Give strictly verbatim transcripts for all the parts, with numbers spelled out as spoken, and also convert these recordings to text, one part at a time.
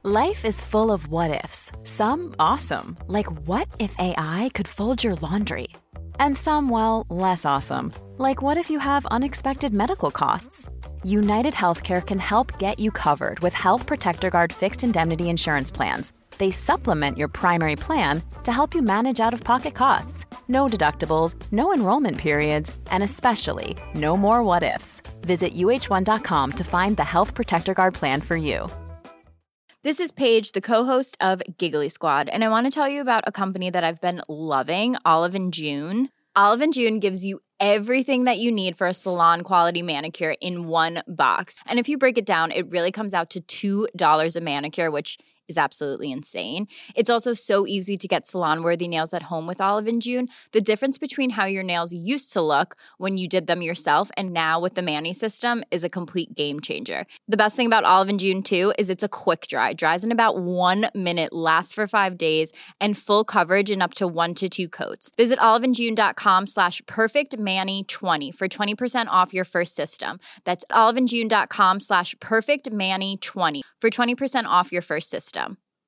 Life is full of what-ifs. Some awesome, like what if A I could fold your laundry? And some, well, less awesome, like what if you have unexpected medical costs? United Healthcare can help get you covered with Health Protector Guard fixed indemnity insurance plans. They supplement your primary plan to help you manage out-of-pocket costs. No deductibles, no enrollment periods, and especially no more what-ifs. Visit U H one dot com to find the Health Protector Guard plan for you. This is Paige, the co-host of Giggly Squad, and I want to tell you about a company that I've been loving, Olive and June. Olive and June gives you everything that you need for a salon-quality manicure in one box. And if you break it down, it really comes out to two dollars a manicure, which is absolutely insane. It's also so easy to get salon-worthy nails at home with Olive and June. The difference between how your nails used to look when you did them yourself and now with the Mani system is a complete game changer. The best thing about Olive and June, too, is it's a quick dry. Dries in about one minute, lasts for five days, and full coverage in up to one to two coats. Visit oliveandjune.com slash perfectmani20 for twenty percent off your first system. That's oliveandjune.com slash perfectmani20 for twenty percent off your first system.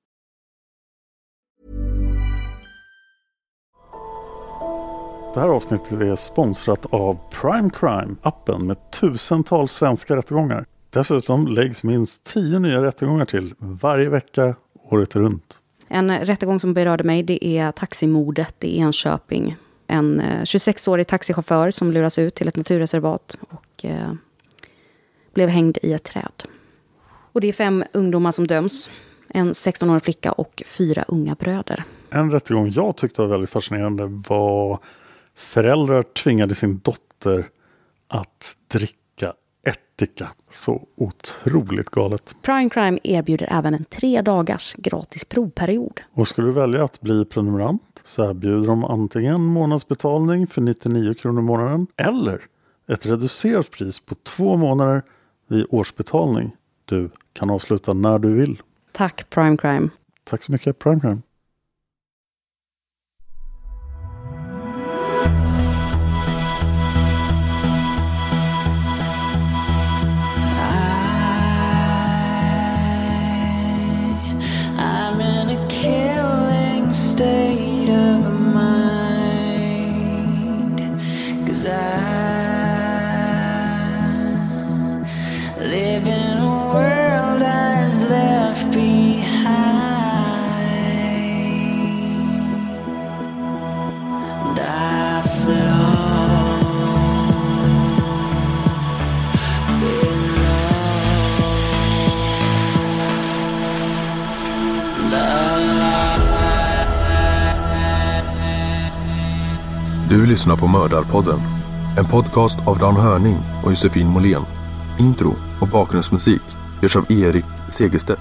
Det här avsnittet är sponsrat av Prime Crime, appen med tusentals svenska rättegångar. Dessutom läggs minst tio nya rättegångar till varje vecka året runt. En rättegång som berörde mig, det är taximordet i Enköping. En tjugosexårig taxichaufför som luras ut till ett naturreservat och eh, blev hängd i ett träd. Och det är fem ungdomar som döms. En sexton-årig flicka och fyra unga bröder. En rättegång jag tyckte var väldigt fascinerande var föräldrar tvingade sin dotter att dricka ättika. Så otroligt galet. Prime Crime erbjuder även en tre dagars gratis provperiod. Och skulle du välja att bli prenumerant så erbjuder de antingen månadsbetalning för nittionio kronor i månaden eller ett reducerat pris på två månader vid årsbetalning. Du kan avsluta när du vill. Tack Prime Crime. Tack så mycket Prime Crime. I'm in a killing state of mind, 'cause I live in a world that is left behind, and I flow below the Du lyssnar på Mördarpodden, en podcast av Dan Hörning och Josefin Måhlén. Intro och bakgrundsmusik görs av Erik Segerstedt.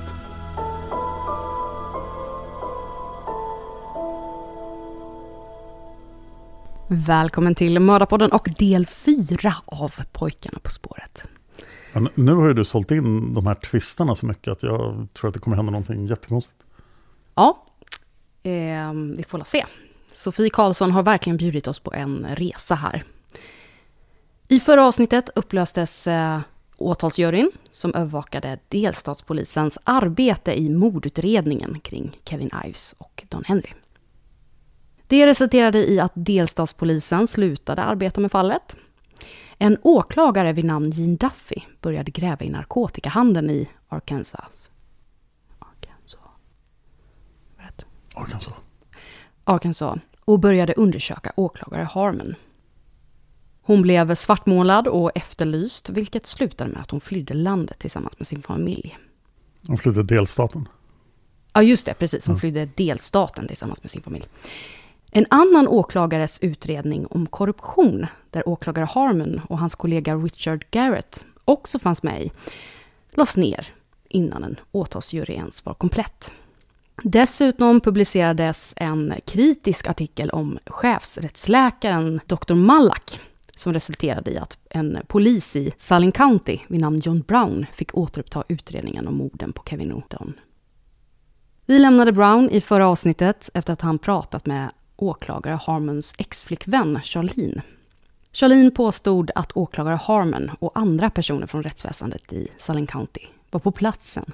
Välkommen till Mördarpodden och del fyra av Pojkarna på spåret. Ja, nu har ju du sålt in de här twistarna så mycket att jag tror att det kommer hända någonting jättekonstigt. Ja, eh, vi får la se. Sofie Karlsson har verkligen bjudit oss på en resa här. I förra avsnittet upplöstes eh, åtalsjuryn som övervakade delstatspolisens arbete i mordutredningen kring Kevin Ives och Don Henry. Det resulterade i att delstatspolisen slutade arbeta med fallet. En åklagare vid namn Gene Duffy började gräva i narkotikahandeln i Arkansas. Arkansas. Rätt. Arkansas. Arkansas och började undersöka åklagare Harmon. Hon blev svartmålad och efterlyst, vilket slutade med att hon flydde landet tillsammans med sin familj. Hon flydde delstaten. Ja, just det, precis. Hon flydde delstaten tillsammans med sin familj. En annan åklagares utredning om korruption, där åklagare Harmon och hans kollega Richard Garrett också fanns med i, lades ner innan en åtalsjury ens var komplett. Dessutom publicerades en kritisk artikel om chefsrättsläkaren doktor Malak som resulterade i att en polis i Saline County vid namn John Brown fick återuppta utredningen om morden på Kevin och Don. Vi lämnade Brown i förra avsnittet efter att han pratat med åklagare Harmons ex-flickvän Charlene. Charlene påstod att åklagare Harmon och andra personer från rättsväsendet i Saline County var på platsen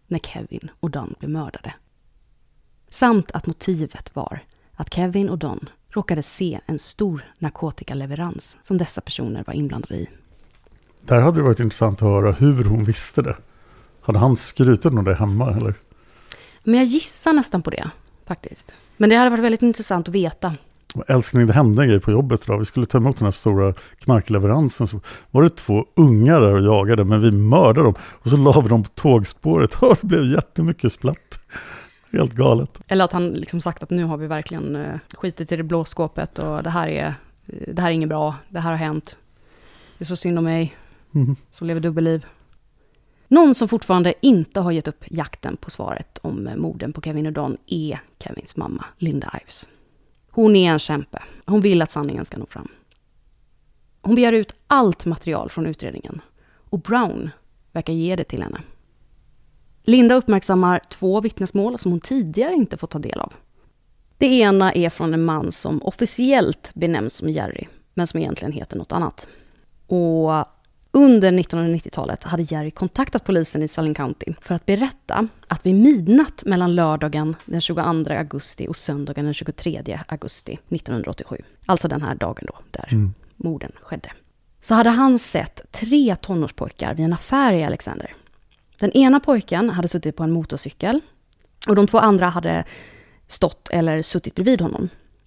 när Kevin och Don blev mördade. Samt att motivet var att Kevin och Don råkade se en stor narkotikaleverans som dessa personer var inblandade i. Där hade det varit intressant att höra hur hon visste det. Hade han skrutit om det hemma eller? Men jag gissar nästan på det faktiskt. Men det hade varit väldigt intressant att veta. Älskling, det hände en grej på jobbet idag. Vi skulle ta emot den här stora knarkleveransen. Så var det två ungar där och jagade, men vi mördade dem. Och så la vi dem på tågspåret. Och det blev jättemycket splatt. Helt galet. Eller att han liksom sagt att nu har vi verkligen uh, skitit i det blå skåpet. Och det här är, det här är inget bra. Det här har hänt. Det är så synd om mig. Mm. Som lever dubbelliv. Någon som fortfarande inte har gett upp jakten på svaret om morden på Kevin och Don är Kevins mamma, Linda Ives. Hon är en kämpe. Hon vill att sanningen ska nå fram. Hon begär ut allt material från utredningen. Och Brown verkar ge det till henne. Linda uppmärksammar två vittnesmål som hon tidigare inte fått ta del av. Det ena är från en man som officiellt benämns som Jerry, men som egentligen heter något annat. Och under nittonhundranittiotalet hade Jerry kontaktat polisen i Saline County för att berätta att vid midnatt mellan lördagen den tjugoandra augusti och söndagen den tjugotredje augusti nittonhundraåttiosju, alltså den här dagen då där mm. morden skedde, så hade han sett tre tonårspojkar vid en affär i Alexander. Den ena pojken hade suttit på en motorcykel och de två andra hade stått eller suttit bredvid honom.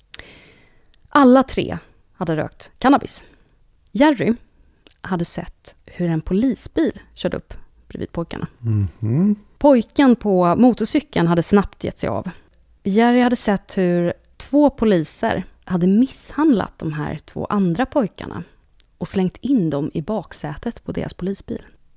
Alla tre hade rökt cannabis. Jerry hade sett hur en polisbil körde upp bredvid pojkarna. Mm-hmm. Pojken på motorcykeln hade snabbt gett sig av. Jerry hade sett hur två poliser hade misshandlat de här två andra pojkarna och slängt in dem i baksätet på deras polisbil.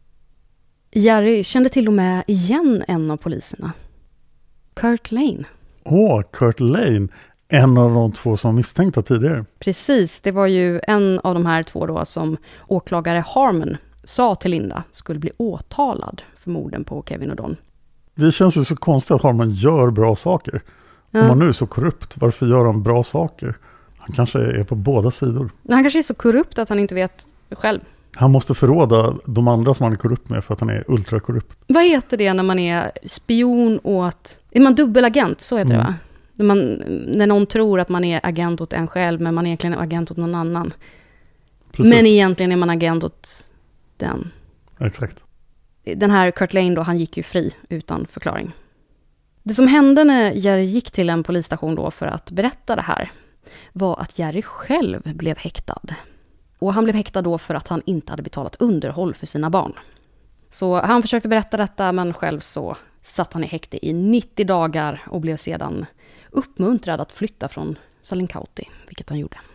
Jerry kände till och med igen en av poliserna. Kurt Lane. Åh, Kurt Lane. En av de två som misstänkta tidigare. Precis, det var ju en av de här två då som åklagare Harmon sa till Linda skulle bli åtalad för morden på Kevin och Don. Det känns ju så konstigt att Harmon gör bra saker. Ja. Om han nu är så korrupt, varför gör han bra saker? Han kanske är på båda sidor. Han kanske är så korrupt att han inte vet själv. Han måste förråda de andra som han är korrupt med för att han är ultrakorrupt. Vad heter det när man är spion åt... Är man dubbelagent? Så heter mm. det va? När, man, när någon tror att man är agent åt en själv men man är egentligen agent åt någon annan. Precis. Men egentligen är man agent åt den. Exakt. Den här Kurt Lane då, han gick ju fri utan förklaring. Det som hände när Jerry gick till en polisstation då för att berätta det här var att Jerry själv blev häktad. Och han blev häktad då för att han inte hade betalat underhåll för sina barn. Så han försökte berätta detta men själv så satt han i häkte i nittio dagar och blev sedan uppmuntrad att flytta från Saline County, vilket han gjorde.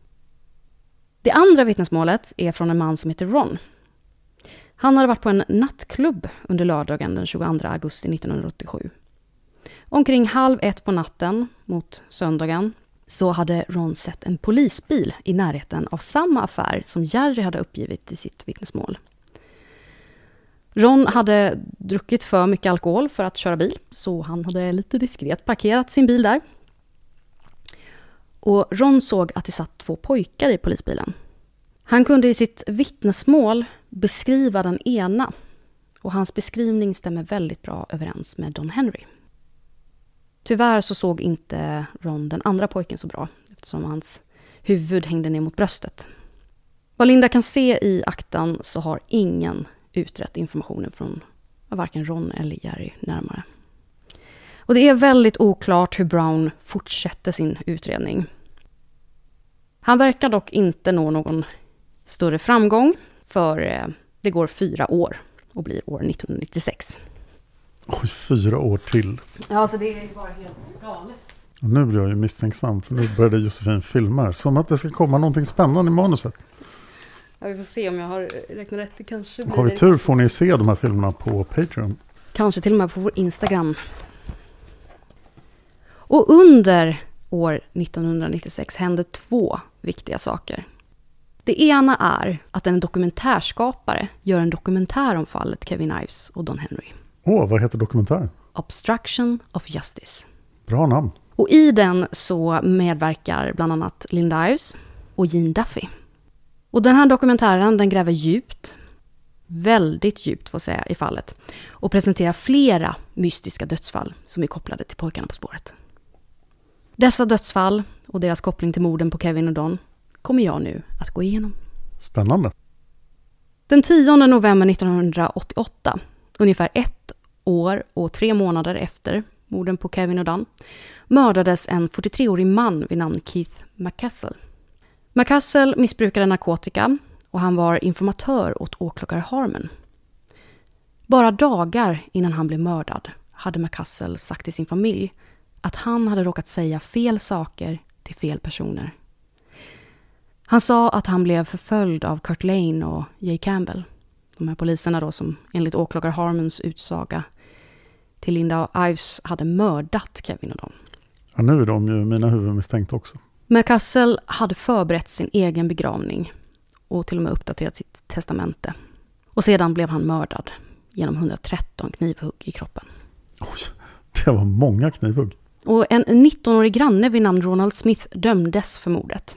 Det andra vittnesmålet är från en man som heter Ron. Han hade varit på en nattklubb under lördagen den tjugoandra augusti nittonhundraåttiosju. Omkring halv ett på natten mot söndagen så hade Ron sett en polisbil i närheten av samma affär som Jerry hade uppgivit i sitt vittnesmål. Ron hade druckit för mycket alkohol för att köra bil, så han hade lite diskret parkerat sin bil där. Och Ron såg att det satt två pojkar i polisbilen. Han kunde i sitt vittnesmål beskriva den ena, och hans beskrivning stämmer väldigt bra överens med Don Henry. Tyvärr så såg inte Ron den andra pojken så bra, eftersom hans huvud hängde ner mot bröstet. Vad Linda kan se i akten så har ingen utrett informationen från varken Ron eller Jerry närmare. Och det är väldigt oklart hur Brown fortsätter sin utredning. Han verkar dock inte nå någon större framgång, för det går fyra år och blir år nittonhundranittiosex. Oj, fyra år till. Ja, alltså det är bara helt galet. Och nu blir jag ju misstänksam, för nu började Josefin filma här. Som att det ska komma någonting spännande i manuset. Ja, vi får se om jag har räknat rätt. Det kanske blir har vi tur får ni se de här filmerna på Patreon. Kanske till och med på vår Instagram. Och under år nittonhundranittiosex hände två viktiga saker. Det ena är att en dokumentärskapare gör en dokumentär om fallet Kevin Ives och Don Henry. Åh, vad heter dokumentären? Obstruction of Justice. Bra namn. Och i den så medverkar bland annat Linda Ives och Gene Duffy. Och den här dokumentären, den gräver djupt. väldigt djupt får jag säga i fallet och presenterar flera mystiska dödsfall som är kopplade till pojkarna på spåret. Dessa dödsfall och deras koppling till morden på Kevin och Don kommer jag nu att gå igenom. Spännande. Den tionde november nittonhundraåttioåtta, ungefär ett år och tre månader efter morden på Kevin och Don, mördades en fyrtiotre-årig man vid namn Keith McCassell. McCassell missbrukade narkotika och han var informatör åt åklagare Harmon. Bara dagar innan han blev mördad hade McCassell sagt till sin familj att han hade råkat säga fel saker till fel personer. Han sa att han blev förföljd av Kurt Lane och Jay Campbell. De här poliserna då som enligt åklagare Harmons utsaga till Linda Ives hade mördat Kevin och Don. Ja, nu är de ju mina huvudmisstänkta också. McCassell hade förberett sin egen begravning och till och med uppdaterat sitt testamente. Och sedan blev han mördad genom hundratretton knivhugg i kroppen. Oj, det var många knivhugg. Och en nittonårig granne vid namn Ronald Smith dömdes för mordet.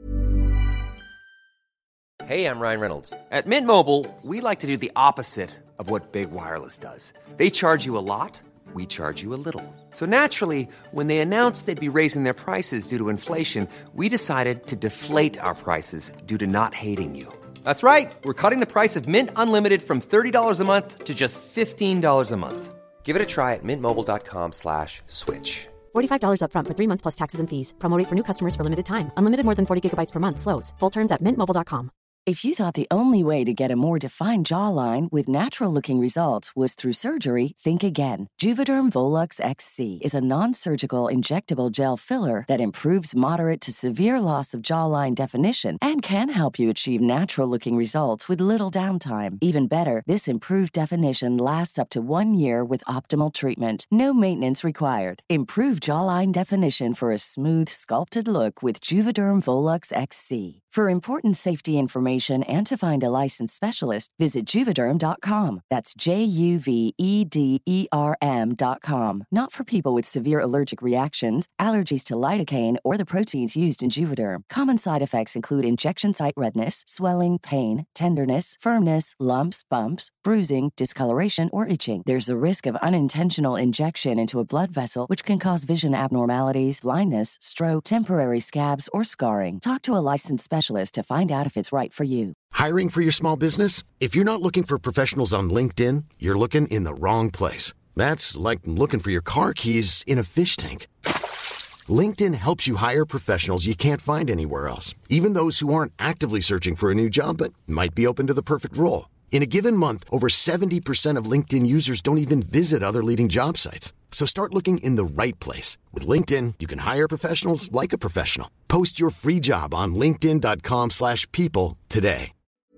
Hey, I'm Ryan Reynolds. At Mint Mobile, we like to do the opposite of what Big Wireless does. They charge you a lot, we charge you a little. So naturally, when they announced they'd be raising their prices due to inflation, we decided to deflate our prices due to not hating you. That's right. We're cutting the price of Mint Unlimited from thirty dollars a month to just fifteen dollars a month. Give it a try at mintmobile.com slash switch. forty-five dollars up front for three months plus taxes and fees. Promo rate for new customers for limited time. Unlimited more than forty gigabytes per month slows. Full terms at mint mobile dot com. If you thought the only way to get a more defined jawline with natural-looking results was through surgery, think again. Juvederm Volux X C is a non-surgical injectable gel filler that improves moderate to severe loss of jawline definition and can help you achieve natural-looking results with little downtime. Even better, this improved definition lasts up to one year with optimal treatment. No maintenance required. Improve jawline definition for a smooth, sculpted look with Juvederm Volux X C. For important safety information and to find a licensed specialist, visit Juvederm dot com. That's J U V E D E R M dot com. Not for people with severe allergic reactions, allergies to lidocaine, or the proteins used in Juvederm. Common side effects include injection site redness, swelling, pain, tenderness, firmness, lumps, bumps, bruising, discoloration, or itching. There's a risk of unintentional injection into a blood vessel, which can cause vision abnormalities, blindness, stroke, temporary scabs, or scarring. Talk to a licensed specialist to find out if it's right for you. Hiring for your small business? If you're not looking for professionals on LinkedIn, you're looking in the wrong place. That's like looking for your car keys in a fish tank. LinkedIn helps you hire professionals you can't find anywhere else, even those who aren't actively searching for a new job but might be open to the perfect role. In a given month, over seventy percent of LinkedIn users don't even visit other leading job sites. So start looking in the right place. With LinkedIn, you can hire professionals like a professional. Post your free job on linkedin dot com slash people today.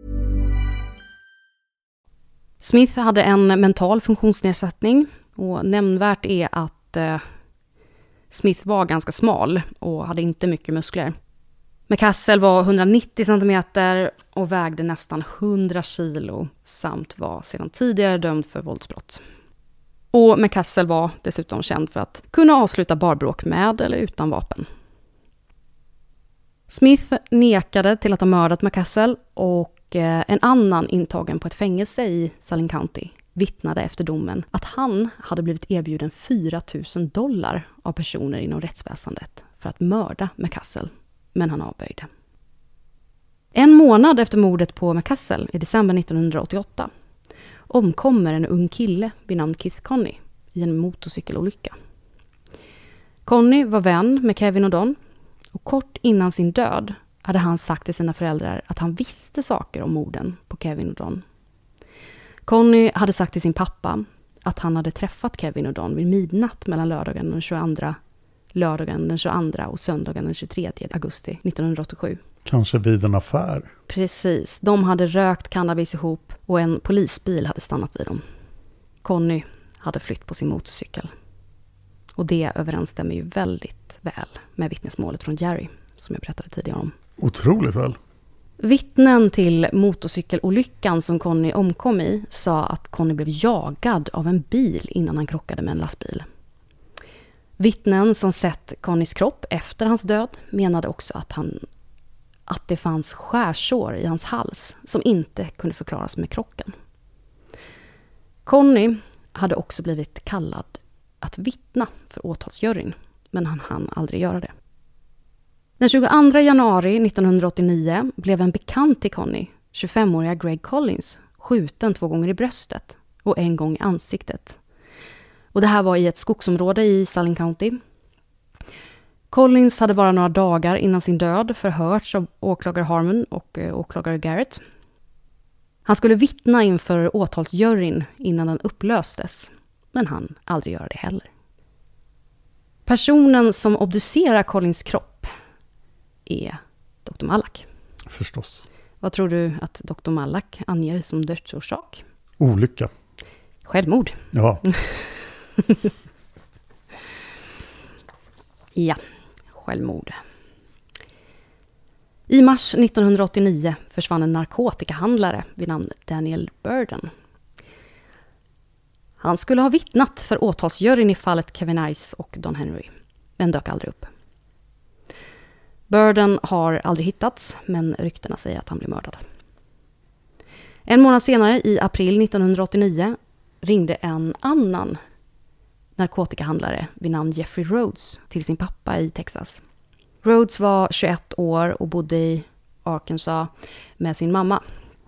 Smith hade en mental funktionsnedsättning och nämnvärt är att eh, Smith var ganska smal och hade inte mycket muskler. McCassell var hundranittio centimeter och vägde nästan hundra kilo samt var sedan tidigare dömd för våldsbrott. Och McCassell var dessutom känd för att kunna avsluta barbråk med eller utan vapen. Smith nekade till att ha mördat McCassell och en annan intagen på ett fängelse i Saline County vittnade efter domen att han hade blivit erbjuden fyra tusen dollar av personer inom rättsväsendet för att mörda McCassell, men han avböjde. En månad efter mordet på McCassell i december nittonhundraåttioåtta omkommer en ung kille vid namn Keith Connie i en motorcykelolycka. Connie var vän med Kevin och Don och kort innan sin död hade han sagt till sina föräldrar att han visste saker om morden på Kevin och Don. Connie hade sagt till sin pappa att han hade träffat Kevin och Don vid midnatt mellan lördagen den tjugoandra, lördagen den tjugoandra och söndagen den tjugotredje augusti nittonhundraåttiosju. Kanske vid en affär. Precis, de hade rökt cannabis ihop och en polisbil hade stannat vid dem. Connie hade flytt på sin motorcykel. Och det överensstämmer ju väldigt väl med vittnesmålet från Jerry som jag berättade tidigare om. Otroligt väl. Vittnen till motorcykelolyckan som Connie omkom i sa att Connie blev jagad av en bil innan han krockade med en lastbil. Vittnen som sett Connies kropp efter hans död menade också att han att det fanns skärsår i hans hals som inte kunde förklaras med krocken. Connie hade också blivit kallad att vittna för åtalsjuryn, men han hann aldrig göra det. Den tjugoandra januari nittonhundraåttionio blev en bekant till Connie, tjugofemåriga Greg Collins, skjuten två gånger i bröstet och en gång i ansiktet. Och det här var i ett skogsområde i Saline County. Collins hade bara några dagar innan sin död förhörts av åklagare Harmon och eh, åklagare Garrett. Han skulle vittna inför åtalsjuryn innan den upplöstes, men han aldrig göra det heller. Personen som obducerar Collins kropp är doktor Malak. Förstås. Vad tror du att doktor Malak anger som dödsorsak? Olycka. Självmord. Ja. Ja, självmord. I mars nittonhundraåttionio försvann en narkotikahandlare vid namn Daniel Burden. Han skulle ha vittnat för åtalsjuryn i fallet Kevin Ice och Don Henry, men dök aldrig upp. Burden har aldrig hittats, men ryktena säger att han blev mördad. En månad senare, i april nittonhundraåttionio, ringde en annan narkotikahandlare vid namn Jeffrey Rhodes till sin pappa i Texas. Rhodes var tjugoett år och bodde i Arkansas med sin mamma.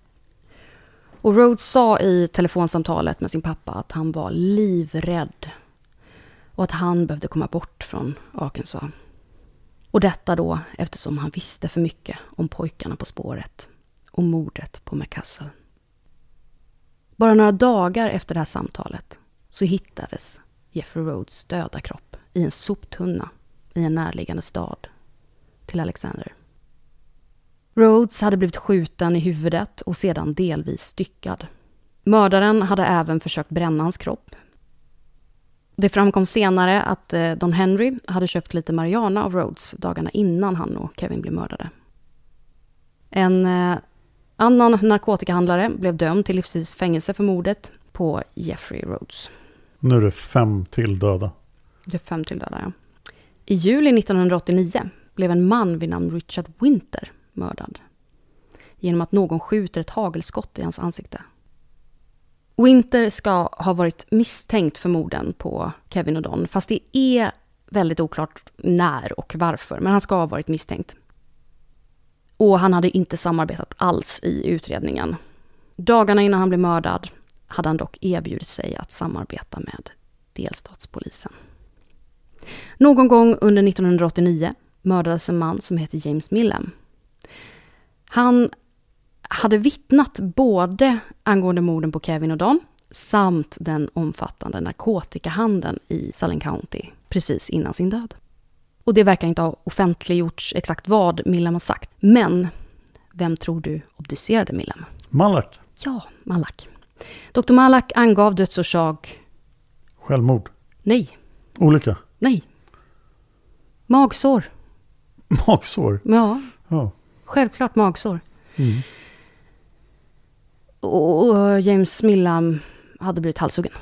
Och Rhodes sa i telefonsamtalet med sin pappa att han var livrädd och att han behövde komma bort från Arkansas. Och detta då eftersom han visste för mycket om pojkarna på spåret och mordet på McCassell. Bara några dagar efter det här samtalet så hittades Jeffrey Rhodes döda kropp i en soptunna i en närliggande stad till Alexander. Rhodes hade blivit skjuten i huvudet och sedan delvis styckad. Mördaren hade även försökt bränna hans kropp. Det framkom senare att Don Henry hade köpt lite marijuana av Rhodes dagarna innan han och Kevin blev mördade. En eh, annan narkotikahandlare blev dömd till livstids fängelse för mordet på Jeffrey Rhodes. Nu är det fem till döda. Det är fem till döda, ja. I juli nittonhundraåttionio blev en man vid namn Richard Winter mördad genom att någon skjuter ett hagelskott i hans ansikte. Winter ska ha varit misstänkt för morden på Kevin och Don, fast det är väldigt oklart när och varför, men han ska ha varit misstänkt. Och han hade inte samarbetat alls i utredningen. Dagarna innan han blev mördad hade han dock erbjudit sig att samarbeta med delstatspolisen. Någon gång under nittonhundraåttionio mördades en man som heter James Millam. Han hade vittnat både angående morden på Kevin och Don samt den omfattande narkotikahandeln i Saline County precis innan sin död. Och det verkar inte ha offentliggjorts exakt vad Millam har sagt. Men vem tror du obducerade Millam? Malak. Ja, Malak. doktor Malak angav dödsorsak. Självmord. Nej. Olycka. Nej. Magsår. Magsår? Ja. Ja. Självklart magsår. Mm. Och James Millam hade blivit halshuggen.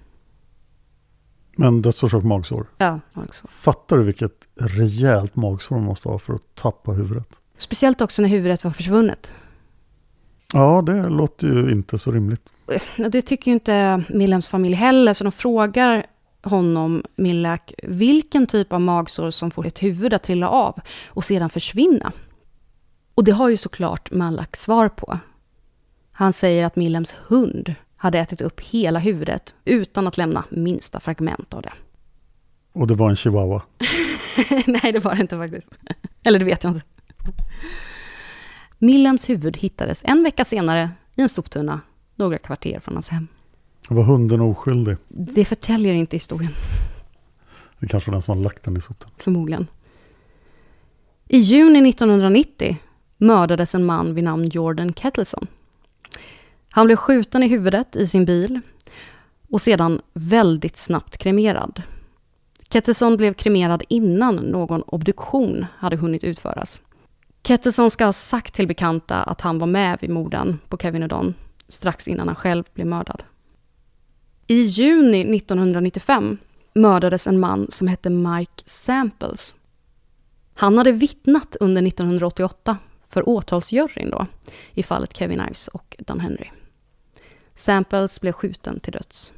Men dödsorsak magsår? Ja, magsår. Fattar du vilket rejält magsår man måste ha för att tappa huvudet? Speciellt också när huvudet var försvunnet. Ja, det låter ju inte så rimligt. Det tycker ju inte Millams familj heller, så de frågar honom, Millak, vilken typ av magsår som får ett huvud att trilla av och sedan försvinna. Och det har ju såklart Malak svar på. Han säger att Millams hund hade ätit upp hela huvudet utan att lämna minsta fragment av det. Och det var en chihuahua? Nej, det var det inte faktiskt. Eller det vet jag inte. Millams huvud hittades en vecka senare i en soptunna några kvarter från hans hem. Var hunden oskyldig? Det förtäljer inte historien. Det kanske var den som har lagt den i soptunnan. Förmodligen. I juni nittonhundranittio mördades en man vid namn Jordan Kettleson. Han blev skjuten i huvudet i sin bil och sedan väldigt snabbt kremerad. Kettleson blev kremerad innan någon obduktion hade hunnit utföras. Kettleson ska ha sagt till bekanta att han var med vid morden på Kevin och Don strax innan han själv blev mördad. I juni nittonhundranittiofem mördades en man som hette Mike Samples. Han hade vittnat under nittonhundraåttioåtta för åtalsjuryn då, i fallet Kevin Ives och Don Henry. Samples blev skjuten till döds.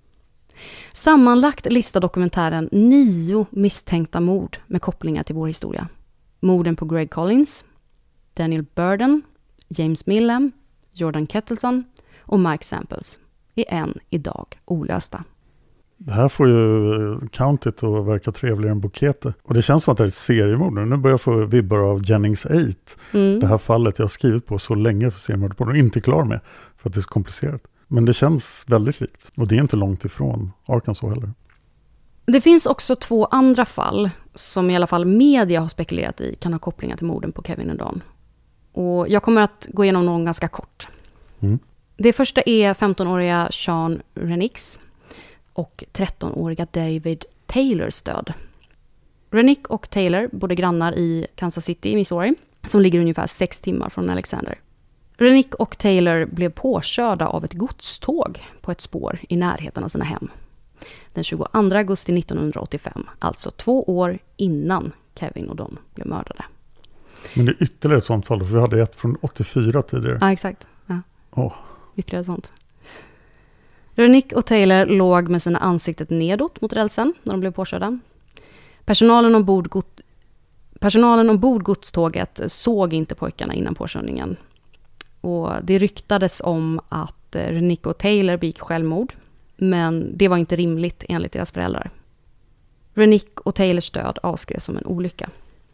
Sammanlagt listar dokumentären nio misstänkta mord med kopplingar till vår historia. Morden på Greg Collins, Daniel Burden, James Millam, Jordan Kettleton och Mike Samples är än idag olösta. Det här får ju Countit att verka trevligare än Bukete. Och det känns som att det är ett seriemord nu. Nu börjar jag få vibbar av Jennings åtta. Mm. Det här fallet jag har skrivit på så länge för seriemord på och inte klar med för att det är så komplicerat. Men det känns väldigt likt. Och det är inte långt ifrån Arkansas heller. Det finns också två andra fall som i alla fall media har spekulerat i kan ha kopplingar till morden på Kevin och Don. Och jag kommer att gå igenom någon ganska kort. Mm. Det första är femtonåriga Sean Rennicks och trettonåriga David Taylors död. Rennick och Taylor bodde grannar i Kansas City i Missouri, som ligger ungefär sex timmar från Alexander. Rennick och Taylor blev påkörda av ett godståg på ett spår i närheten av sina hem. Den tjugoandra augusti nittonhundraåttiofem, alltså två år innan Kevin och Don blev mördade. Men det är ytterligare ett sånt fall, för vi hade ett från åttiofyra tidigare. Ja, exakt. Ja. Oh. Ytterligare sånt. Rennick och Taylor låg med sina ansiktet nedåt mot rälsen när de blev påkörda. Personalen ombord, got- Personalen ombord godståget såg inte pojkarna innan påkörningen. Och det ryktades om att Rennick och Taylor begick självmord, men det var inte rimligt enligt deras föräldrar. Rennick och Taylors död avskrevs som en olycka.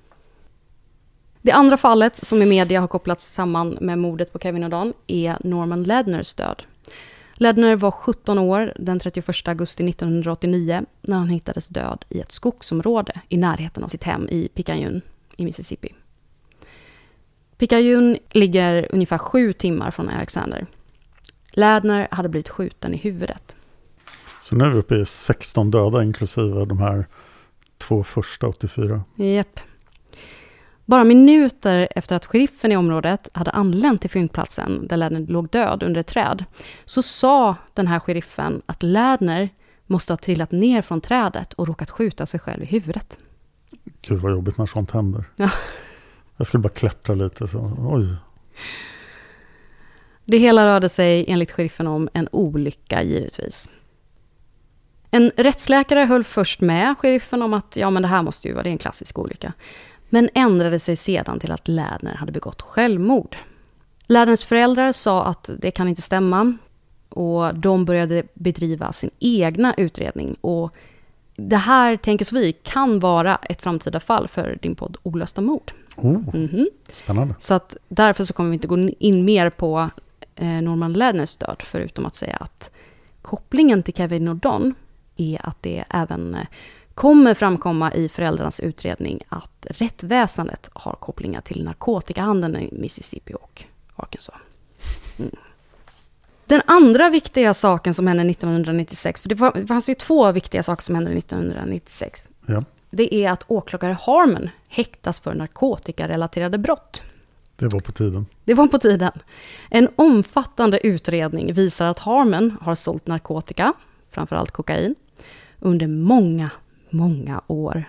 Det andra fallet som i media har kopplats samman med mordet på Kevin och Don är Norman Ledners död. Ledner var sjutton år den trettioförsta augusti nittonhundraåttionio när han hittades död i ett skogsområde i närheten av sitt hem i Picayune i Mississippi. Picayune ligger ungefär sju timmar från Alexander. Ledner hade blivit skjuten i huvudet. Så nu är vi uppe i sexton döda inklusive de här två första åttiofyra. Japp. Bara minuter efter att sheriffen i området hade anlänt till fyndplatsen där Ledner låg död under ett träd, så sa den här sheriffen att Ledner måste ha trillat ner från trädet och råkat skjuta sig själv i huvudet. Gud vad jobbigt när sånt händer. Ja. Jag skulle bara klättra lite så. Oj. Det hela rörde sig enligt sheriffen om en olycka givetvis. En rättsläkare höll först med sheriffen om att ja, men det här måste ju vara det är en klassisk olycka. Men ändrade sig sedan till att Ledner hade begått självmord. Ledners föräldrar sa att det kan inte stämma. Och de började bedriva sin egna utredning. Och det här, tänker vi, kan vara ett framtida fall för din podd Olösta mord. Oh, mm-hmm. Spännande. Så att därför så kommer vi inte gå in mer på eh, Norman Ledners död. Förutom att säga att kopplingen till Kevin och Don är att det även eh, kommer framkomma i föräldrarnas utredning att rättväsendet har kopplingar till narkotikahandeln i Mississippi och Arkansas. Mm. Den andra viktiga saken som hände nittonhundranittiosex, för det, var, det fanns ju två viktiga saker som hände nittonhundranittiosex. Ja. Det är att åklagare Harmon häktas för narkotikarelaterade brott. Det var på tiden. Det var på tiden. En omfattande utredning visar att Harmon har sålt narkotika, framförallt kokain, under många, många år.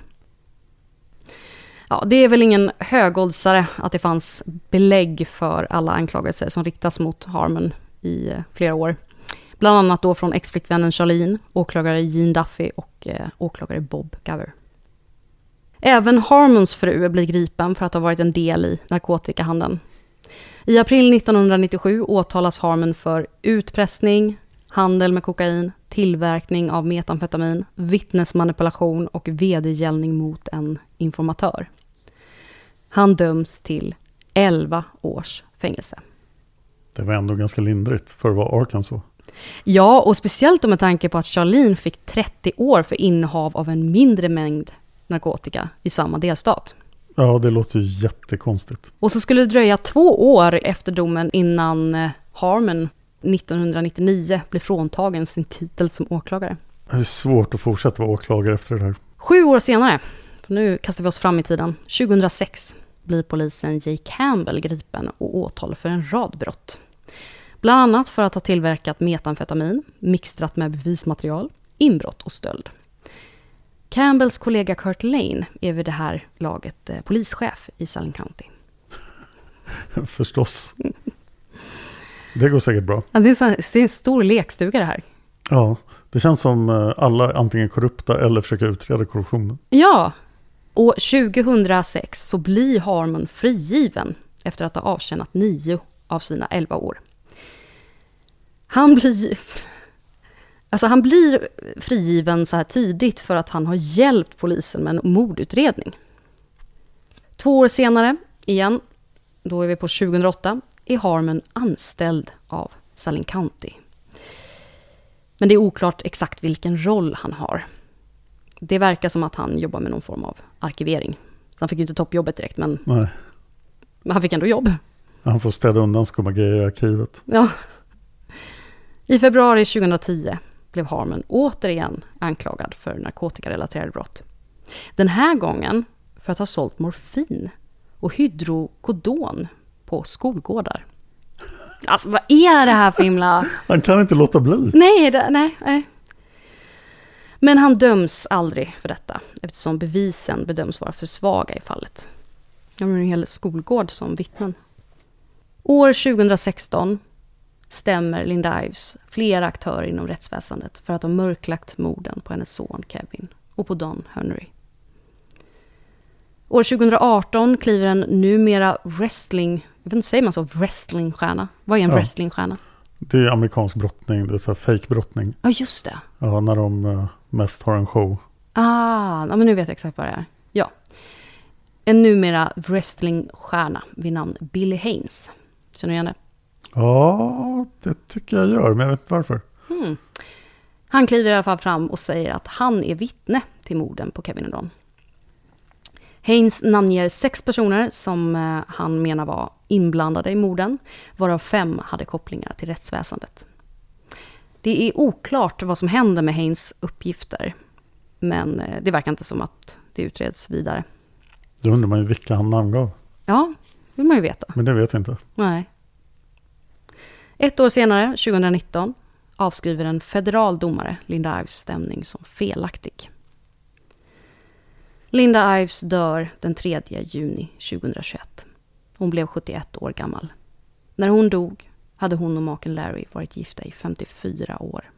Ja, det är väl ingen högoddsare att det fanns belägg för alla anklagelser som riktas mot Harmon i flera år. Bland annat då från ex-flickvännen Charlene, åklagare Gene Duffy och eh, åklagare Bob Gover. Även Harmons fru blir gripen för att ha varit en del i narkotikahandeln. I april nittonhundranittiosju åtalas Harmon för utpressning, handel med kokain, tillverkning av metamfetamin, vittnesmanipulation och vedergällning mot en informatör. Han döms till elva års fängelse. Det var ändå ganska lindrigt för att vara Arkansas. Ja, och speciellt med tanke på att Charlene fick trettio år för innehav av en mindre mängd narkotika i samma delstat. Ja, det låter ju jättekonstigt. Och så skulle det dröja två år efter domen innan Harmon nittonhundranittionio blev fråntagen sin titel som åklagare. Det är svårt att fortsätta vara åklagare efter det här. Sju år senare, för nu kastar vi oss fram i tiden, tjugohundrasex blir polisen Jay Campbell gripen och åtalad för en rad brott. Bland annat för att ha tillverkat metamfetamin, mixtrat med bevismaterial, inbrott och stöld. Campbells kollega Kurt Lane är vid det här laget eh, polischef i Saline County. Förstås. Det går säkert bra. Ja, det, är så, det är en stor lekstuga det här. Ja, det känns som alla antingen korrupta eller försöker utreda korruptionen. Ja, och tjugohundrasex så blir Harmon frigiven efter att ha avtjänat nio av sina elva år. Han blir, alltså han blir frigiven så här tidigt för att han har hjälpt polisen med en mordutredning. Två år senare, igen, då är vi på tjugohundraåtta, är Harmon anställd av Saline County. Men det är oklart exakt vilken roll han har. Det verkar som att han jobbar med någon form av arkivering. Så han fick ju inte toppjobbet direkt, men, Nej. men han fick ändå jobb. Han får städa undan skumma grejer i arkivet. Ja. I februari tjugohundratio blev Harmon återigen anklagad för narkotikarelaterade brott. Den här gången för att ha sålt morfin och hydrokodon på skolgårdar. Alltså, vad är det här för himla... Han kan inte låta bli. Nej, det, nej, nej. Men han döms aldrig för detta, eftersom bevisen bedöms vara för svaga i fallet. Det var en hel skolgård som vittnen. År tjugohundrasexton stämmer Linda Ives flera aktörer inom rättsväsendet för att ha mörklagt morden på hennes son Kevin och på Don Henry. År tjugohundraarton kliver en numera wrestling, jag vet inte, säger man så, wrestlingstjärna? Vad är en ja. wrestlingstjärna? Det är amerikansk brottning, det är så här fake-brottning. Ja, just det. Ja, när de uh, mest har en show. Ah, ja, men nu vet jag exakt vad det är. Ja. En numera wrestlingstjärna vid namn Billy Haynes. Känner du igen det? Ja, det tycker jag gör, men jag vet inte varför. Hmm. Han kliver i alla fall fram och säger att han är vittne till morden på Kevin och Don. Haynes namnger sex personer som eh, han menar var inblandade i morden, varav fem hade kopplingar till rättsväsendet. Det är oklart vad som händer med Haynes uppgifter, men eh, det verkar inte som att det utreds vidare. Då undrar man ju vilka han namngav. Ja, det vill man ju veta. Men det vet jag inte. Nej. Ett år senare, tjugohundranitton, avskriver en federal domare Linda Ives stämning som felaktig. Linda Ives dör den tredje juni tjugohundratjugoett. Hon blev sjuttioett år gammal. När hon dog hade hon och maken Larry varit gifta i femtiofyra år.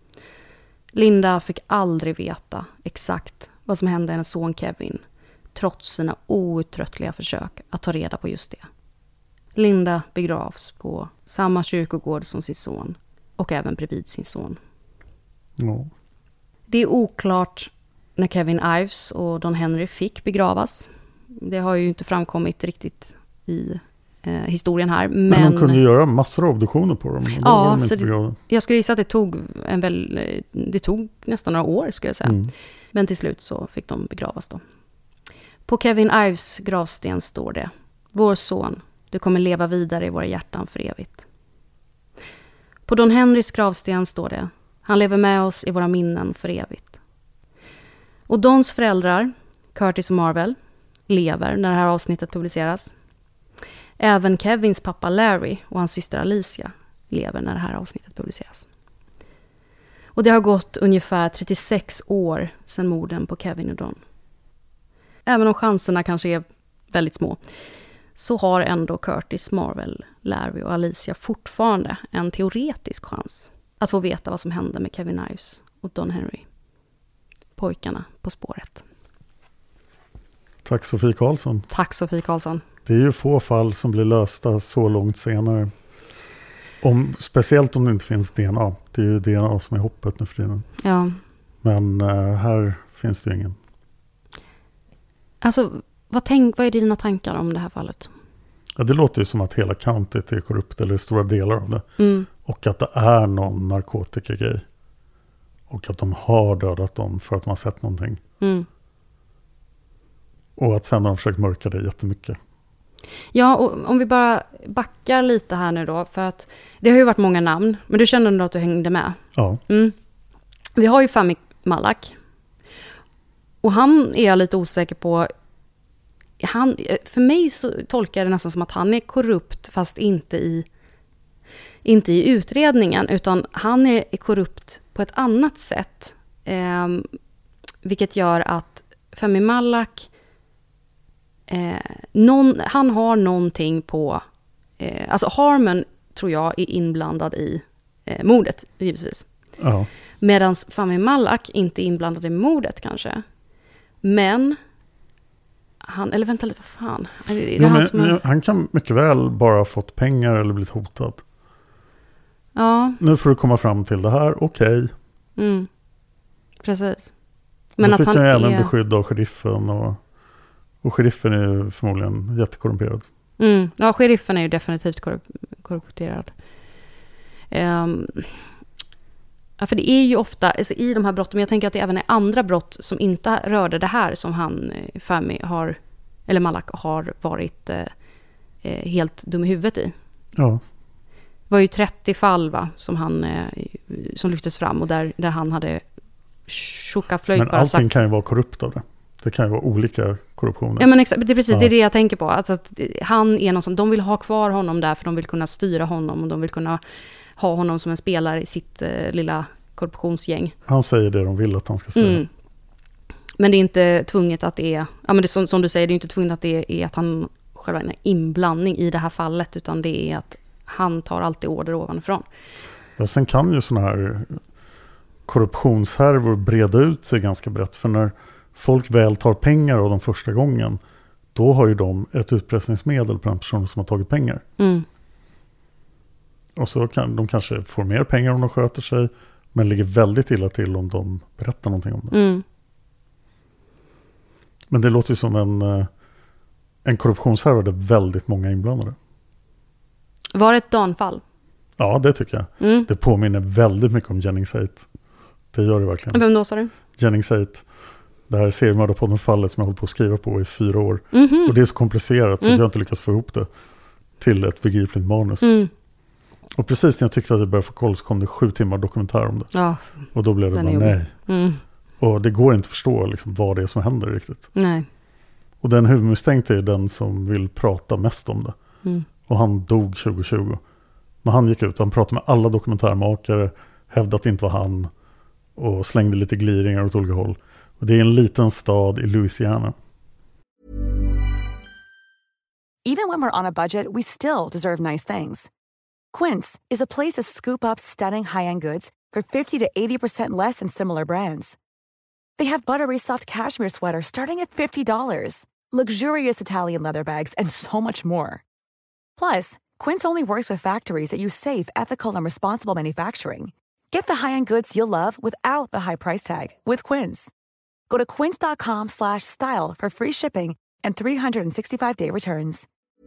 Linda fick aldrig veta exakt vad som hände hennes son Kevin, trots sina outtröttliga försök att ta reda på just det. Linda begravs på samma kyrkogård som sin son och även bredvid sin son. Ja. Det är oklart när Kevin Ives och Don Henry fick begravas. Det har ju inte framkommit riktigt i eh, historien här. Men, men de kunde ju göra massor av obduktioner på dem. Ja, så det, jag skulle gissa att det tog, en väl, det tog nästan några år, skulle jag säga. Mm. Men till slut så fick de begravas då. På Kevin Ives gravsten står det: vår son, du kommer leva vidare i våra hjärtan för evigt. På Don Henrys gravsten står det: han lever med oss i våra minnen för evigt. Och Dons föräldrar, Curtis och Marvel, lever när det här avsnittet publiceras. Även Kevins pappa Larry och hans syster Alicia lever när det här avsnittet publiceras. Och det har gått ungefär trettiosex år sedan morden på Kevin och Don. Även om chanserna kanske är väldigt små, så har ändå Curtis, Marvel, Larry och Alicia fortfarande en teoretisk chans att få veta vad som hände med Kevin Ives och Don Henry. Pojkarna på spåret. Tack Sofie Karlsson. Tack Sofie Karlsson. Det är ju få fall som blir lösta så långt senare. Om, speciellt om det inte finns D N A. Det är ju D N A som är hoppet nu för tiden. Ja. Men äh, här finns det ju ingen. Alltså, vad, tänk, vad är dina tankar om det här fallet? Ja, det låter ju som att hela countyt är korrupt, eller stora delar av det. Mm. Och att det är någon narkotikagrej. Och att de har dödat dem för att de har sett någonting. Mm. Och att sen har de försökt mörka det jättemycket. Ja, och om vi bara backar lite här nu då. För att det har ju varit många namn. Men du kände ändå att du hängde med. Ja. Mm. Vi har ju Fahmi Malak. Och han är jag lite osäker på. Han, för mig så tolkar jag det nästan som att han är korrupt. Fast inte i, inte i utredningen. Utan han är, är korrupt på ett annat sätt. Eh, vilket gör att Fahmi Malak... Eh, någon, han har någonting på Eh, alltså Harmon tror jag är inblandad i eh, mordet, givetvis. Ja. Medan Fahmi Malak inte är inblandad i mordet kanske. Men han, eller vänta lite, vad fan. Är det, är det Jo, han, men, som är... han kan mycket väl bara ha fått pengar eller blivit hotad. Ja. Nu får du komma fram till det här, okej. Okay. Mm. Precis. Men så att fick han ju är... även beskydd av sheriffen och, och sheriffen är ju förmodligen jättekorrumperad. Mm. Ja, sheriffen är ju definitivt korrup- korrupterad. Um, ja, för det är ju ofta, alltså i de här brotten, men jag tänker att det även är andra brott som inte rörde det här som han, Fahmi, har, eller Malak har varit eh, helt dum i huvudet i. Ja. Det var ju trettio fall va, som, han, eh, som lyftes fram och där, där han hade tjockaflöjt. Men allting sagt, kan ju vara korrupt av det. Det kan ju vara olika korruptioner. Ja, men exakt, det är precis ja. det, är det jag tänker på. Alltså att han är någon som, de vill ha kvar honom där för de vill kunna styra honom och de vill kunna ha honom som en spelare i sitt eh, lilla korruptionsgäng. Han säger det de vill att han ska säga. Mm. Men det är inte tvunget att det är, ja men det är som, som du säger, det är inte tvunget att det är att han själva en inblandning i det här fallet, utan det är att han tar alltid order ovanifrån. Ja, sen kan ju såna här korruptionshärvor breda ut sig ganska brett, för när folk väl tar pengar av dem första gången, då har ju de ett utpressningsmedel på den personen som har tagit pengar. Mm. Och så kan de kanske få mer pengar om de sköter sig, men ligger väldigt illa till om de berättar någonting om det. Mm. Men det låter ju som en, en korruptionshärva där väldigt många inblandade. Var det ett danfall? Ja, det tycker jag. Mm. Det påminner väldigt mycket om Jennings eight. Det gör det verkligen. Vem då sa du? Jennings eight. Det här seriemördarpodden-fallet som jag håller på att skriva på i fyra år. Mm-hmm. Och det är så komplicerat så mm. att jag inte lyckats få ihop det till ett begripligt manus. Mm. Och precis när jag tyckte att jag började få koll så kom det sju timmar dokumentär om det. Ja, och då blev det bara nej. Mm. Och det går inte att förstå liksom vad det är som händer riktigt. Nej. Och den huvudmisstänkte är den som vill prata mest om det. Mm. Och han dog tjugo tjugo. Men han gick ut och han pratade med alla dokumentärmakare, hävdade att det inte var han och slängde lite gliringar åt olika håll. Och det är en liten stad i Louisiana. Even when we're on a budget, we still deserve nice things. Quince is a place to scoop up stunning high-end goods for fifty to eighty percent less than similar brands. They have buttery soft cashmere sweaters starting at fifty dollars, luxurious Italian leather bags, and so much more. Plus, Quince only works with factories that use safe, ethical, and responsible manufacturing. Get the high-end goods you'll love without the high price tag with Quince. Go to quince.com slash style for free shipping and three sixty-five day returns.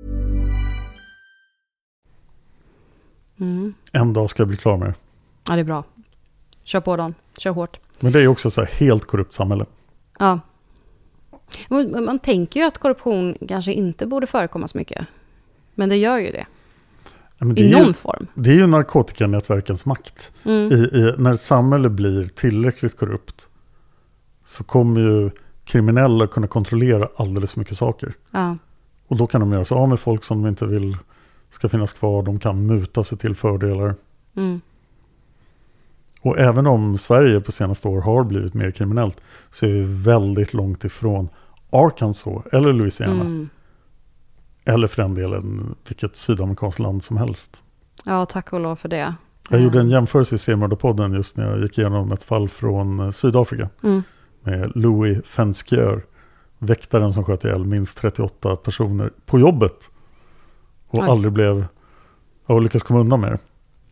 Mm. En dag ska jag bli klar med det. Ja, det är bra. Kör på dem. Kör hårt. Men det är ju också så här helt korrupt samhälle. Ja. Man tänker ju att korruption kanske inte borde förekomma så mycket. Men det gör ju det. Ja, det I är någon ju, form. Det är ju narkotikanätverkens makt. Mm. I, i, när ett samhälle blir tillräckligt korrupt så kommer ju kriminella kunna kontrollera alldeles för mycket saker. Ja. Och då kan de göra sig av med folk som de inte vill ska finnas kvar. De kan muta sig till fördelar. Mm. Och även om Sverige på senaste år har blivit mer kriminellt så är vi väldigt långt ifrån Arkansas eller Louisiana. Mm. Eller för den delen vilket sydamerikanskt land som helst. Ja, tack och lov för det. Jag ja. gjorde en jämförelse i Seriemördarpodden just när jag gick igenom ett fall från Sydafrika. Mm. Med Louis Fenskier, väktaren som sköt ihjäl minst trettioåtta personer på jobbet. Och Oj. aldrig blev, och lyckades komma undan med det.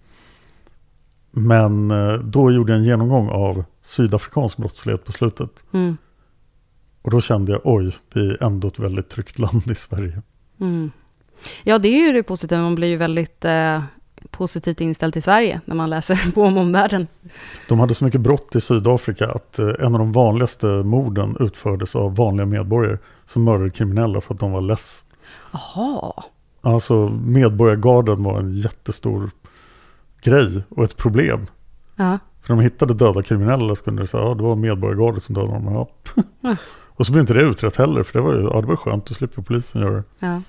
Men då gjorde jag en genomgång av sydafrikansk brottslighet på slutet. Mm. Och då kände jag, oj, vi är ändå ett väldigt tryggt land i Sverige. Mm. Ja, det är ju det positiva. Man blir ju väldigt eh, positivt inställd till Sverige när man läser på om omvärlden. De hade så mycket brott i Sydafrika att eh, en av de vanligaste morden utfördes av vanliga medborgare som mördade kriminella för att de var less. Jaha. Alltså medborgargarden var en jättestor grej och ett problem. Ja. För de hittade döda kriminella så kunde det säga, ja det var medborgargarden som dödade dem. Ja. Ja. Och så blev inte det utrett heller för det var ju, ja, det var skönt, då slipper polisen göra det. Ja.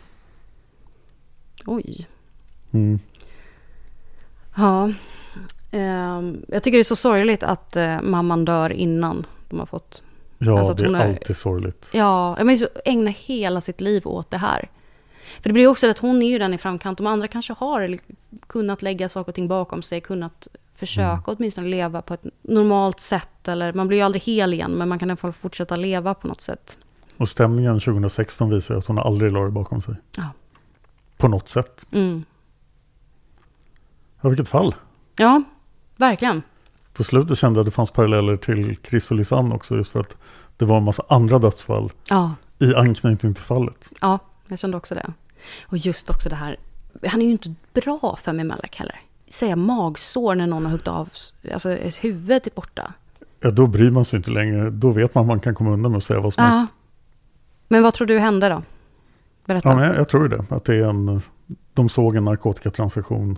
Oj. Mm. Ja. Um, jag tycker det är så sorgligt att uh, mamman dör innan de har fått... Ja, alltså det är är, alltid sorgligt. Ja, men så ägna hela sitt liv åt det här. För det blir ju också att hon är ju den i framkant. De andra kanske har kunnat lägga saker och ting bakom sig, kunnat försöka mm. åtminstone leva på ett normalt sätt. Eller man blir ju aldrig hel igen, men man kan i alla fall fortsätta leva på något sätt. Och stämningen tjugohundrasexton visar att hon aldrig la det bakom sig. Ja. På något sätt. Mm. Ja, vilket fall. Ja, verkligen. På slutet kände jag att det fanns paralleller till Chris och Lisanne också, just för att det var en massa andra dödsfall ja. i anknytning till fallet. Ja, jag kände också det. Och just också det här, han är ju inte bra för mig Malak heller. Säga magsår när någon har huggit av, alltså ett huvud är borta. Ja, då bryr man sig inte längre. Då vet man att man kan komma undan med att säga vad som ja. helst. Men vad tror du hände då? Berätta. Ja, men jag, jag tror det. Att det är en, de såg en narkotikatransaktion.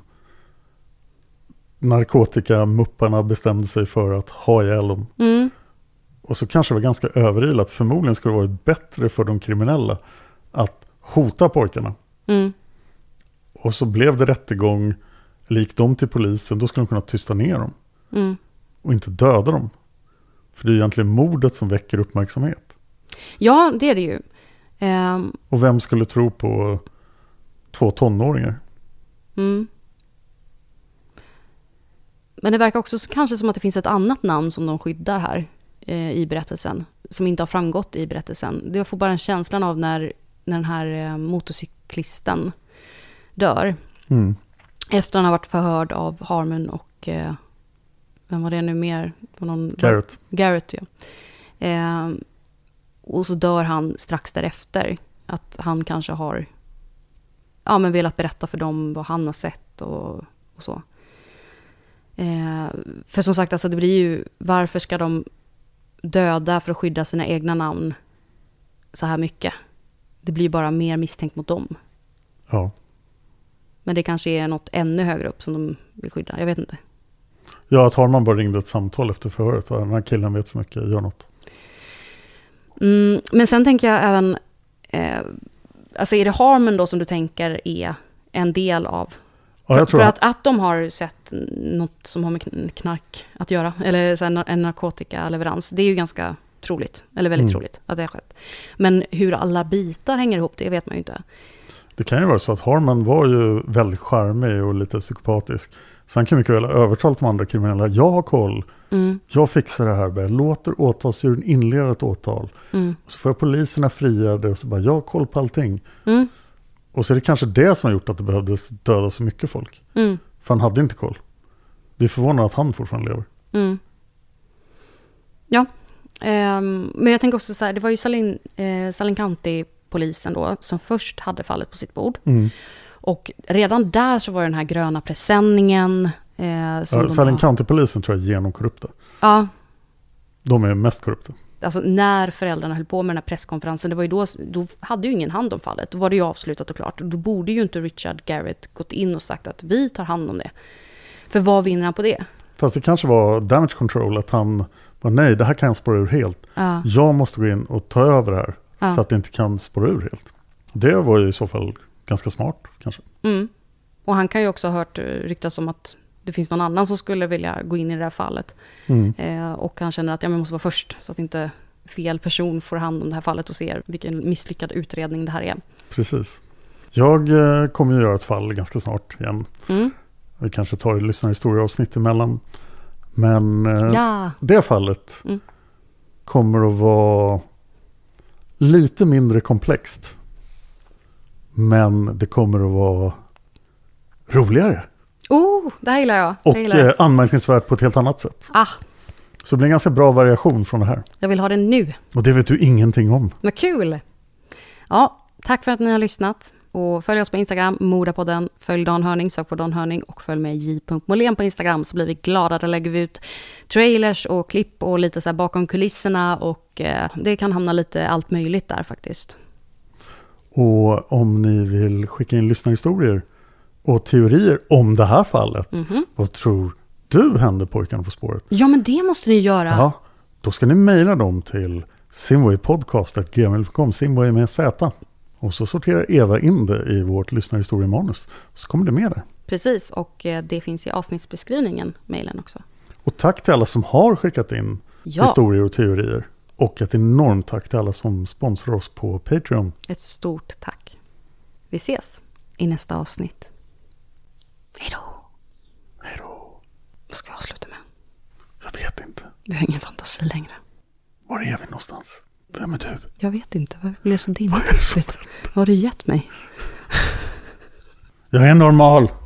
Narkotikamupparna bestämde sig för att ha ihjäl dem. Mm. Och så kanske det var ganska överilat. Förmodligen skulle det varit bättre för de kriminella att hota pojkarna. Mm. Och så blev det rättegång. Gick de till polisen, då skulle de kunna tysta ner dem. Mm. Och inte döda dem. För det är egentligen mordet som väcker uppmärksamhet. Ja, det är det ju. Um... Och vem skulle tro på två tonåringar? Mm. Men det verkar också kanske som att det finns ett annat namn som de skyddar här eh, i berättelsen. Som inte har framgått i berättelsen. Det får bara en känslan av när, när den här eh, motorcyklisten dör. Mm. Efter han har varit förhörd av Harmon och eh, vem var det nu mer? På någon, Garrett. Garrett, ja. Eh, och så dör han strax därefter. Att han kanske har ja, men velat berätta för dem vad han har sett och, och så. Eh, för som sagt, alltså det blir ju, varför ska de döda för att skydda sina egna namn så här mycket? Det blir bara mer misstänkt mot dem. Ja. Men det kanske är något ännu högre upp som de vill skydda. Jag vet inte. Ja, att Harman bara ringde ett samtal efter förhöret. Och den här killen vet för mycket, gör något. Mm, men sen tänker jag även... Eh, alltså är det Harman då som du tänker är en del av... Ja, jag för tror för att, att de har sett något som har med knark att göra. Eller så här, en narkotikaleverans. Det är ju ganska troligt. Eller väldigt mm. troligt att det har skett. Men hur alla bitar hänger ihop, det vet man ju inte. Det kan ju vara så att Harman var ju väldigt charmig och lite psykopatisk. Så han kan mycket väl övertala de andra kriminella. Jag har koll. Mm. Jag fixar det här. Jag låter åtalsjuryn inleda ett åtal. Mm. Och så får poliserna friade och så bara, jag har koll på allting. Mm. Och så är det kanske det som har gjort att det behövdes döda så mycket folk. Mm. För han hade inte koll. Det är förvånande att han fortfarande lever. Mm. Ja. Um, men jag tänker också så här, det var ju Salin, eh, Salin County-polisen då som först hade fallet på sitt bord. Mm. Och redan där så var den här gröna presenningen. Eh, som ja, Salin har... County-polisen tror jag är genomkorrupta. Ja. De är mest korrupta. Alltså när föräldrarna höll på med den här presskonferensen, det var ju då, då hade ju ingen hand om fallet. Då var det ju avslutat och klart. Då borde ju inte Richard Garrett gått in och sagt att vi tar hand om det. För vad vinner han på det? Fast det kanske var damage control, att han var nej, det här kan jag spåra ur helt. Ja. Jag måste gå in och ta över det här ja. så att det inte kan spåra ur helt. Det var ju i så fall ganska smart kanske. Mm. Och han kan ju också ha hört ryktas om att det finns någon annan som skulle vilja gå in i det här fallet. Mm. Eh, och han känner att ja, jag måste vara först så att inte fel person får hand om det här fallet och ser vilken misslyckad utredning det här är. Precis. Jag eh, kommer ju göra ett fall ganska snart igen. Mm. Vi kanske tar ett lyssnarhistorieavsnitt emellan. Men eh, ja. det fallet mm. kommer att vara lite mindre komplext. Men det kommer att vara roligare. Oh, det här gillar jag. Och det gillar jag. Eh, anmärkningsvärt på ett helt annat sätt. Ah. Så det blir en ganska bra variation från det här. Jag vill ha det nu. Och det vet du ingenting om. Vad kul. Ja, tack för att ni har lyssnat. Och följ oss på Instagram, Mordapodden. Följ Dan Hörning, sök på Dan Hörning. Och följ med j punkt molén på Instagram så blir vi glada. Där lägger vi ut trailers och klipp och lite så här bakom kulisserna. Och eh, det kan hamna lite allt möjligt där faktiskt. Och om ni vill skicka in lyssnarhistorier och teorier om det här fallet. Mm-hmm. Vad tror du hände Pojkarna på spåret? Ja, men det måste ni göra. Ja, då ska ni mejla dem till simwaypodcast at gmail dot com. Simway med Z. Och så sorterar Eva in det i vårt lyssnarhistoriemanus. Så kommer det med där. Precis, och det finns i avsnittsbeskrivningen, mejlen också. Och tack till alla som har skickat in ja. historier och teorier. Och ett enormt tack till alla som sponsrar oss på Patreon. Ett stort tack. Vi ses i nästa avsnitt. Hej då. Hej då. Vad ska vi avsluta med? Jag vet inte. Vi har ingen fantasi längre. Var är vi någonstans? Vem är du? Jag vet inte. Vad blev så dimmigt? Vad har du gett mig? Jag är normal.